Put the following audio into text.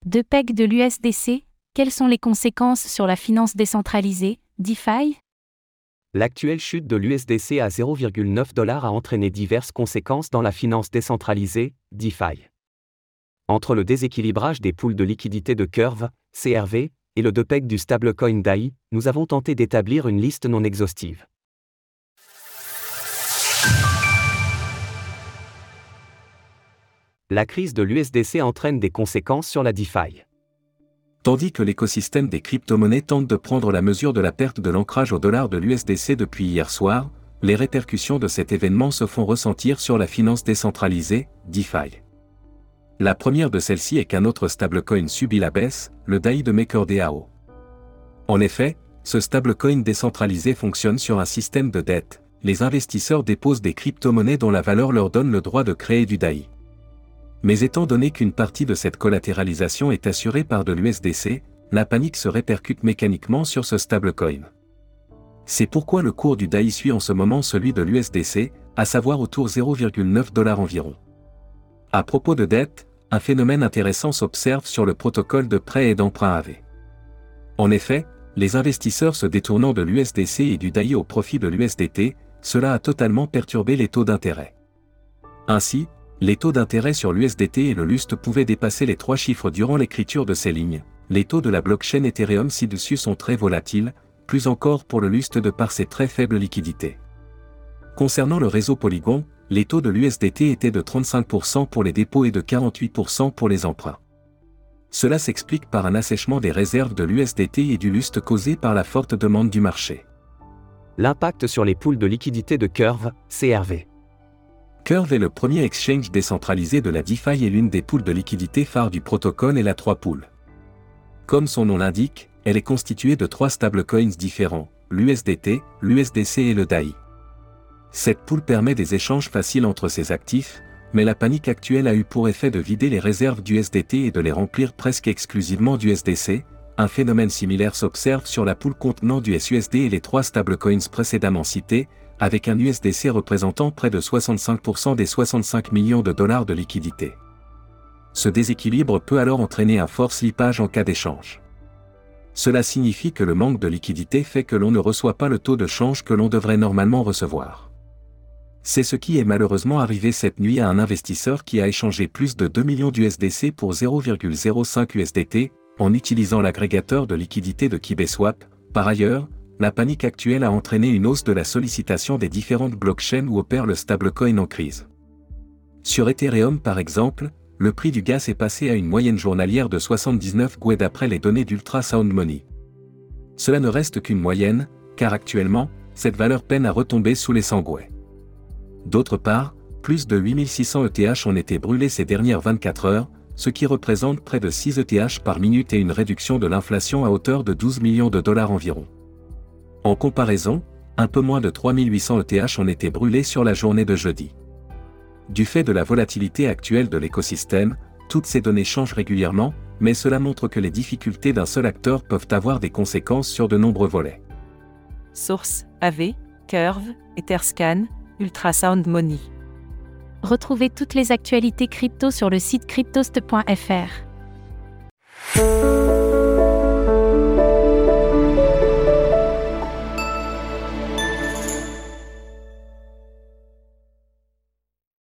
Deux pegs de l'USDC, quelles sont les conséquences sur la finance décentralisée, DeFi? L'actuelle chute de l'USDC à 0,9 $ a entraîné diverses conséquences dans la finance décentralisée, DeFi. Entre le déséquilibrage des pools de liquidité de Curve, CRV, et le depeg du stablecoin DAI, nous avons tenté d'établir une liste non exhaustive. La crise de l'USDC entraîne des conséquences sur la DeFi. Tandis que l'écosystème des crypto-monnaies tente de prendre la mesure de la perte de l'ancrage au dollar de l'USDC depuis hier soir, les répercussions de cet événement se font ressentir sur la finance décentralisée, DeFi. La première de celles-ci est qu'un autre stablecoin subit la baisse, le DAI de MakerDAO. En effet, ce stablecoin décentralisé fonctionne sur un système de dette. Les investisseurs déposent des crypto-monnaies dont la valeur leur donne le droit de créer du DAI. Mais étant donné qu'une partie de cette collatéralisation est assurée par de l'USDC, la panique se répercute mécaniquement sur ce stablecoin. C'est pourquoi le cours du DAI suit en ce moment celui de l'USDC, à savoir autour 0,9 $ environ. À propos de dette, un phénomène intéressant s'observe sur le protocole de prêt et d'emprunt AV. En effet, les investisseurs se détournant de l'USDC et du DAI au profit de l'USDT, cela a totalement perturbé les taux d'intérêt. Ainsi, les taux d'intérêt sur l'USDT et le LUST pouvaient dépasser les 3 chiffres durant l'écriture de ces lignes. Les taux de la blockchain Ethereum ci-dessus sont très volatiles, plus encore pour le LUST de par ses très faibles liquidités. Concernant le réseau Polygon, les taux de l'USDT étaient de 35% pour les dépôts et de 48% pour les emprunts. Cela s'explique par un assèchement des réserves de l'USDT et du LUST causé par la forte demande du marché. L'impact sur les pools de liquidité de Curve, CRV. Curve est le premier exchange décentralisé de la DeFi et l'une des pools de liquidité phares du protocole et la 3 pools. Comme son nom l'indique, elle est constituée de 3 stablecoins différents, l'USDT, l'USDC et le DAI. Cette pool permet des échanges faciles entre ces actifs, mais la panique actuelle a eu pour effet de vider les réserves d'USDT et de les remplir presque exclusivement d'USDC. Un phénomène similaire s'observe sur la pool contenant du SUSD et les 3 stablecoins précédemment cités, avec un USDC représentant près de 65% des 65 millions de dollars de liquidités. Ce déséquilibre peut alors entraîner un fort slippage en cas d'échange. Cela signifie que le manque de liquidité fait que l'on ne reçoit pas le taux de change que l'on devrait normalement recevoir. C'est ce qui est malheureusement arrivé cette nuit à un investisseur qui a échangé plus de 2 millions d'USDC pour 0,05 USDT, en utilisant l'agrégateur de liquidité de KibeSwap. Par ailleurs, la panique actuelle a entraîné une hausse de la sollicitation des différentes blockchains où opère le stablecoin en crise. Sur Ethereum par exemple, le prix du gaz est passé à une moyenne journalière de 79 GUE d'après les données d'Ultrasound Money. Cela ne reste qu'une moyenne, car actuellement, cette valeur peine à retomber sous les 100 GUE. D'autre part, plus de 8600 ETH ont été brûlés ces dernières 24 heures, ce qui représente près de 6 ETH par minute et une réduction de l'inflation à hauteur de 12 millions de dollars environ. En comparaison, un peu moins de 3800 ETH ont été brûlés sur la journée de jeudi. Du fait de la volatilité actuelle de l'écosystème, toutes ces données changent régulièrement, mais cela montre que les difficultés d'un seul acteur peuvent avoir des conséquences sur de nombreux volets. Source AV, Curve, Etherscan, Ultrasound Money. Retrouvez toutes les actualités crypto sur le site cryptost.fr.